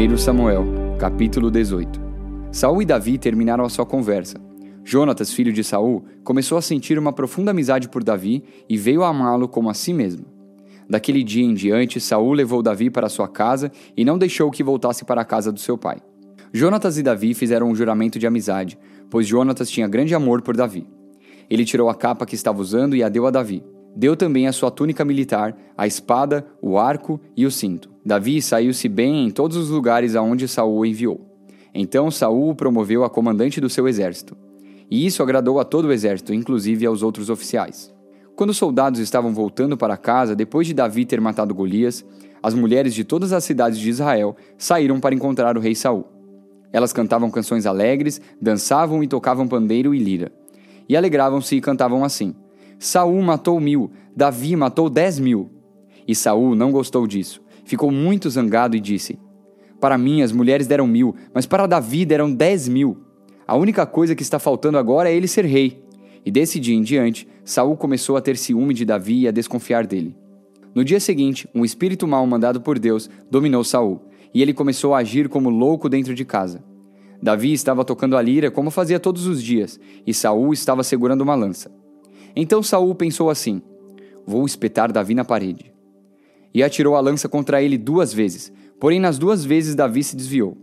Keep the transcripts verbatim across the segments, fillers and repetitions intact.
primeiro Samuel, capítulo dezoito. Saul e Davi terminaram a sua conversa. Jonatas, filho de Saul, começou a sentir uma profunda amizade por Davi e veio a amá-lo como a si mesmo. Daquele dia em diante, Saul levou Davi para sua casa e não deixou que voltasse para a casa do seu pai. Jonatas e Davi fizeram um juramento de amizade, pois Jonatas tinha grande amor por Davi. Ele tirou a capa que estava usando e a deu a Davi. Deu também a sua túnica militar, a espada, o arco e o cinto. Davi saiu-se bem em todos os lugares aonde Saul o enviou. Então Saul o promoveu a comandante do seu exército. E isso agradou a todo o exército, inclusive aos outros oficiais. Quando os soldados estavam voltando para casa depois de Davi ter matado Golias, as mulheres de todas as cidades de Israel saíram para encontrar o rei Saul. Elas cantavam canções alegres, dançavam e tocavam pandeiro e lira. E alegravam-se e cantavam assim: Saul matou mil, Davi matou dez mil. E Saul não gostou disso. Ficou muito zangado e disse: Para mim as mulheres deram mil, mas para Davi deram dez mil. A única coisa que está faltando agora é ele ser rei. E desse dia em diante, Saul começou a ter ciúme de Davi e a desconfiar dele. No dia seguinte, um espírito mau mandado por Deus dominou Saul, e ele começou a agir como louco dentro de casa. Davi estava tocando a lira como fazia todos os dias, e Saul estava segurando uma lança. Então Saul pensou assim: vou espetar Davi na parede. E atirou a lança contra ele duas vezes, porém nas duas vezes Davi se desviou.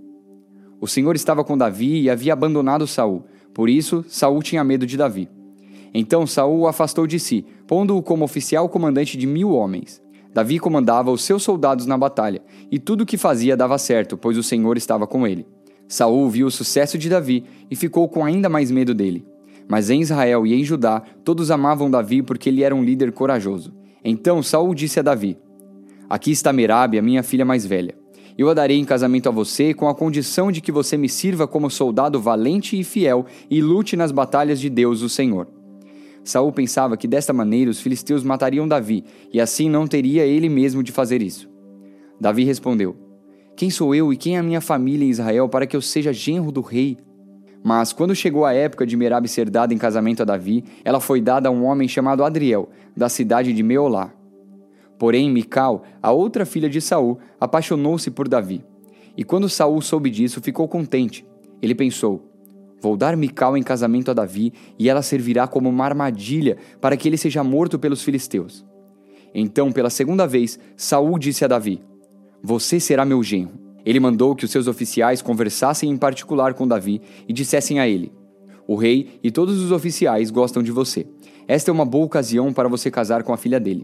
O Senhor estava com Davi e havia abandonado Saul, por isso Saul tinha medo de Davi. Então Saul o afastou de si, pondo-o como oficial comandante de mil homens. Davi comandava os seus soldados na batalha, e tudo o que fazia dava certo, pois o Senhor estava com ele. Saul viu o sucesso de Davi e ficou com ainda mais medo dele. Mas em Israel e em Judá, todos amavam Davi porque ele era um líder corajoso. Então Saul disse a Davi: Aqui está Merabe, a minha filha mais velha. Eu a darei em casamento a você com a condição de que você me sirva como soldado valente e fiel e lute nas batalhas de Deus, o Senhor. Saul pensava que desta maneira os filisteus matariam Davi e assim não teria ele mesmo de fazer isso. Davi respondeu: Quem sou eu e quem é a minha família em Israel para que eu seja genro do rei? Mas quando chegou a época de Merabe ser dada em casamento a Davi, ela foi dada a um homem chamado Adriel, da cidade de Meolá. Porém, Mical, a outra filha de Saul, apaixonou-se por Davi. E quando Saul soube disso, ficou contente. Ele pensou: vou dar Mical em casamento a Davi e ela servirá como uma armadilha para que ele seja morto pelos filisteus. Então, pela segunda vez, Saul disse a Davi: Você será meu genro. Ele mandou que os seus oficiais conversassem em particular com Davi e dissessem a ele: O rei e todos os oficiais gostam de você. Esta é uma boa ocasião para você casar com a filha dele.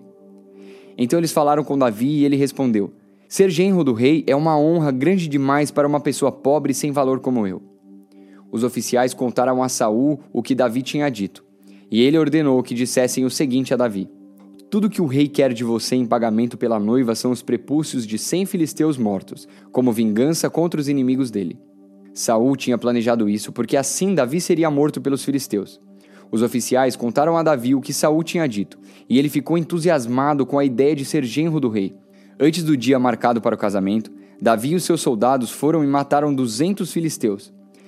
Então eles falaram com Davi e ele respondeu: Ser genro do rei é uma honra grande demais para uma pessoa pobre e sem valor como eu. Os oficiais contaram a Saul o que Davi tinha dito, e ele ordenou que dissessem o seguinte a Davi: Tudo que o rei quer de você em pagamento pela noiva são os prepúcios de cem filisteus mortos, como vingança contra os inimigos dele. Saul tinha planejado isso porque assim Davi seria morto pelos filisteus. Os oficiais contaram a Davi o que Saul tinha dito, e ele ficou entusiasmado com a ideia de ser genro do rei. Antes do dia marcado para o casamento, Davi e os seus soldados foram e mataram duzentos filisteus.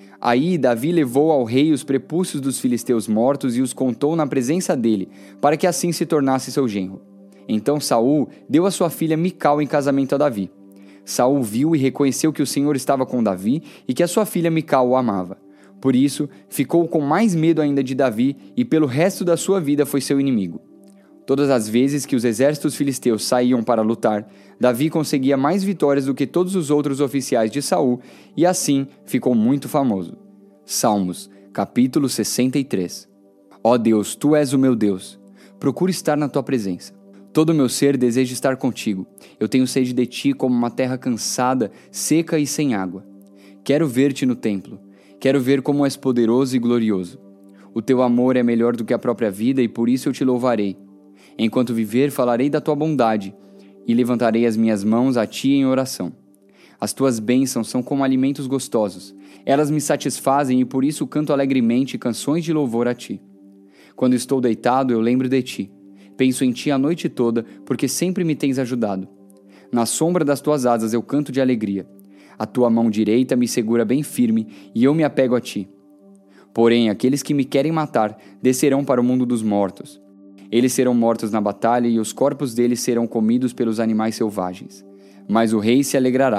Aí Davi levou ao rei os prepúcios dos filisteus mortos e os contou na presença dele, para que assim se tornasse seu genro. Então Saul deu a sua filha Mical em casamento a Davi. Saul viu e reconheceu que o Senhor estava com Davi e que a sua filha Mical o amava. Por isso, ficou com mais medo ainda de Davi e pelo resto da sua vida foi seu inimigo. Todas as vezes que os exércitos filisteus saíam para lutar, Davi conseguia mais vitórias do que todos os outros oficiais de Saul e assim ficou muito famoso. Salmos, capítulo sessenta e três. Ó Deus, Tu és o meu Deus. Procuro estar na Tua presença. Todo o meu ser deseja estar contigo. Eu tenho sede de Ti como uma terra cansada, seca e sem água. Quero ver-Te no templo. Quero ver como és poderoso e glorioso. O Teu amor é melhor do que a própria vida e por isso eu Te louvarei. Enquanto viver, falarei da Tua bondade e levantarei as minhas mãos a Ti em oração. As Tuas bênçãos são como alimentos gostosos. Elas me satisfazem e por isso canto alegremente canções de louvor a Ti. Quando estou deitado, eu lembro de Ti. Penso em Ti a noite toda, porque sempre me tens ajudado. Na sombra das Tuas asas eu canto de alegria. A Tua mão direita me segura bem firme e eu me apego a Ti. Porém, aqueles que me querem matar descerão para o mundo dos mortos. Eles serão mortos na batalha e os corpos deles serão comidos pelos animais selvagens. Mas o rei se alegrará,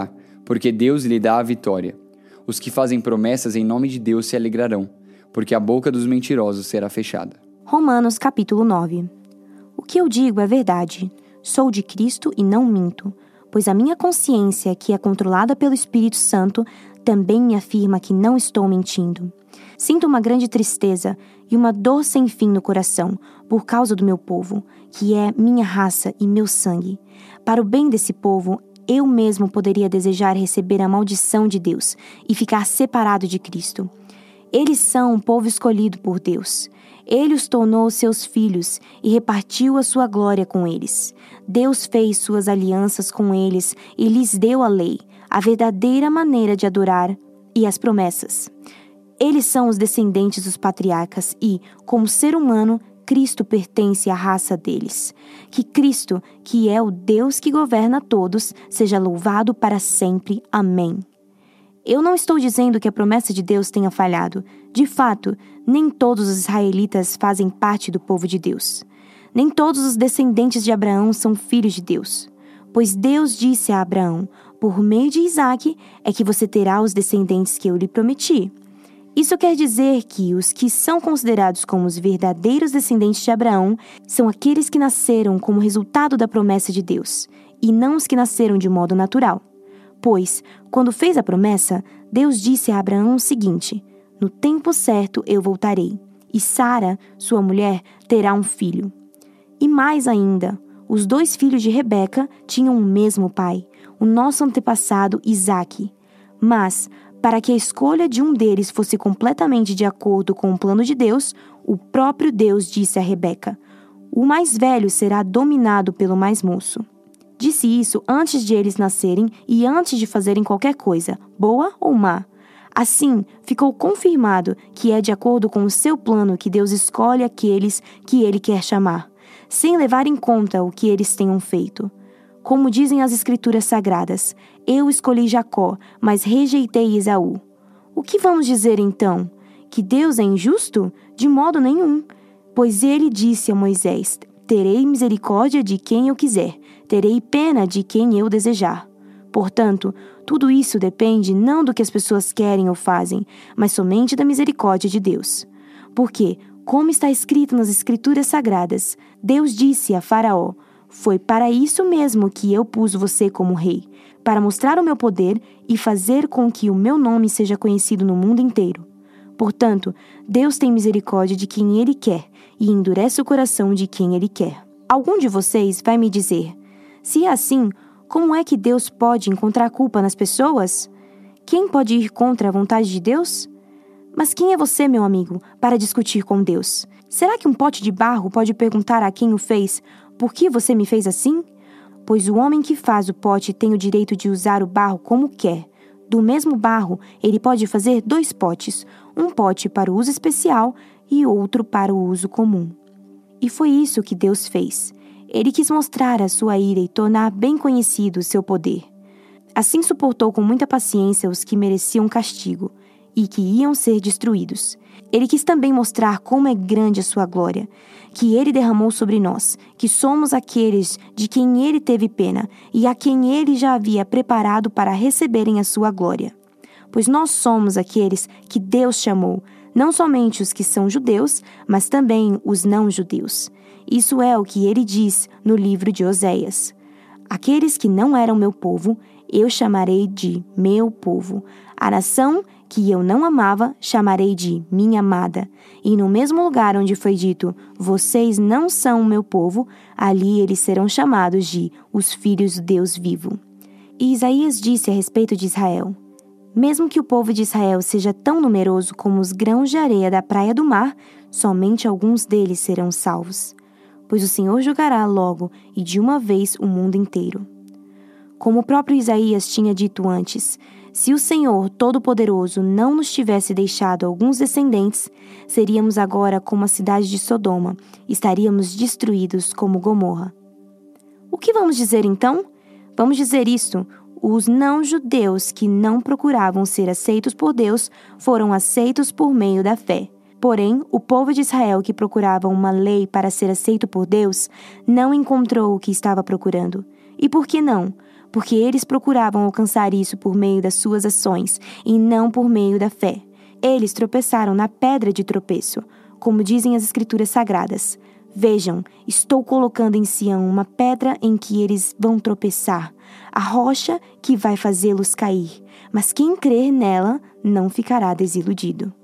porque Deus lhe dá a vitória. Os que fazem promessas em nome de Deus se alegrarão, porque a boca dos mentirosos será fechada. Romanos capítulo nove. O que eu digo é verdade. Sou de Cristo e não minto, pois a minha consciência, que é controlada pelo Espírito Santo, também me afirma que não estou mentindo. Sinto uma grande tristeza e uma dor sem fim no coração por causa do meu povo, que é minha raça e meu sangue. Para o bem desse povo, eu mesmo poderia desejar receber a maldição de Deus e ficar separado de Cristo. Eles são um povo escolhido por Deus. Ele os tornou seus filhos e repartiu a sua glória com eles. Deus fez suas alianças com eles e lhes deu a lei, a verdadeira maneira de adorar e as promessas. Eles são os descendentes dos patriarcas e, como ser humano, Cristo pertence à raça deles. Que Cristo, que é o Deus que governa todos, seja louvado para sempre. Amém. Eu não estou dizendo que a promessa de Deus tenha falhado. De fato, nem todos os israelitas fazem parte do povo de Deus. Nem todos os descendentes de Abraão são filhos de Deus. Pois Deus disse a Abraão, por meio de Isaque, é que você terá os descendentes que eu lhe prometi. Isso quer dizer que os que são considerados como os verdadeiros descendentes de Abraão são aqueles que nasceram como resultado da promessa de Deus, e não os que nasceram de modo natural. Pois, quando fez a promessa, Deus disse a Abraão o seguinte: no tempo certo eu voltarei, e Sara, sua mulher, terá um filho. E mais ainda, os dois filhos de Rebeca tinham o mesmo pai, o nosso antepassado Isaque. Mas, para que a escolha de um deles fosse completamente de acordo com o plano de Deus, o próprio Deus disse a Rebeca: o mais velho será dominado pelo mais moço. Disse isso antes de eles nascerem e antes de fazerem qualquer coisa, boa ou má. Assim, ficou confirmado que é de acordo com o seu plano que Deus escolhe aqueles que Ele quer chamar, sem levar em conta o que eles tenham feito. Como dizem as Escrituras Sagradas, eu escolhi Jacó, mas rejeitei Esaú. O que vamos dizer então? Que Deus é injusto? De modo nenhum. Pois ele disse a Moisés: terei misericórdia de quem eu quiser, terei pena de quem eu desejar. Portanto, tudo isso depende não do que as pessoas querem ou fazem, mas somente da misericórdia de Deus. Porque, como está escrito nas Escrituras Sagradas, Deus disse a Faraó: foi para isso mesmo que eu pus você como rei, para mostrar o meu poder e fazer com que o meu nome seja conhecido no mundo inteiro. Portanto, Deus tem misericórdia de quem Ele quer e endurece o coração de quem Ele quer. Algum de vocês vai me dizer: se é assim, como é que Deus pode encontrar culpa nas pessoas? Quem pode ir contra a vontade de Deus? Mas quem é você, meu amigo, para discutir com Deus? Será que um pote de barro pode perguntar a quem o fez: por que você me fez assim? Pois o homem que faz o pote tem o direito de usar o barro como quer. Do mesmo barro, ele pode fazer dois potes, um pote para o uso especial e outro para o uso comum. E foi isso que Deus fez. Ele quis mostrar a sua ira e tornar bem conhecido o seu poder. Assim suportou com muita paciência os que mereciam castigo e que iam ser destruídos. Ele quis também mostrar como é grande a sua glória, que Ele derramou sobre nós, que somos aqueles de quem Ele teve pena e a quem Ele já havia preparado para receberem a sua glória. Pois nós somos aqueles que Deus chamou, não somente os que são judeus, mas também os não-judeus. Isso é o que Ele diz no livro de Oséias: aqueles que não eram meu povo, eu chamarei de meu povo. A nação que eu não amava, chamarei de minha amada. E no mesmo lugar onde foi dito: vocês não são o meu povo, ali eles serão chamados de os filhos do Deus vivo. E Isaías disse a respeito de Israel: mesmo que o povo de Israel seja tão numeroso como os grãos de areia da praia do mar, somente alguns deles serão salvos. Pois o Senhor julgará logo e de uma vez o mundo inteiro. Como o próprio Isaías tinha dito antes, se o Senhor Todo-Poderoso não nos tivesse deixado alguns descendentes, seríamos agora como a cidade de Sodoma, estaríamos destruídos como Gomorra. O que vamos dizer então? Vamos dizer isto: os não-judeus que não procuravam ser aceitos por Deus foram aceitos por meio da fé. Porém, o povo de Israel que procurava uma lei para ser aceito por Deus não encontrou o que estava procurando. E por que não? porque eles procuravam alcançar isso por meio das suas ações e não por meio da fé. Eles tropeçaram na pedra de tropeço, como dizem as Escrituras Sagradas. Vejam, estou colocando em Sião uma pedra em que eles vão tropeçar, a rocha que vai fazê-los cair, mas quem crer nela não ficará desiludido.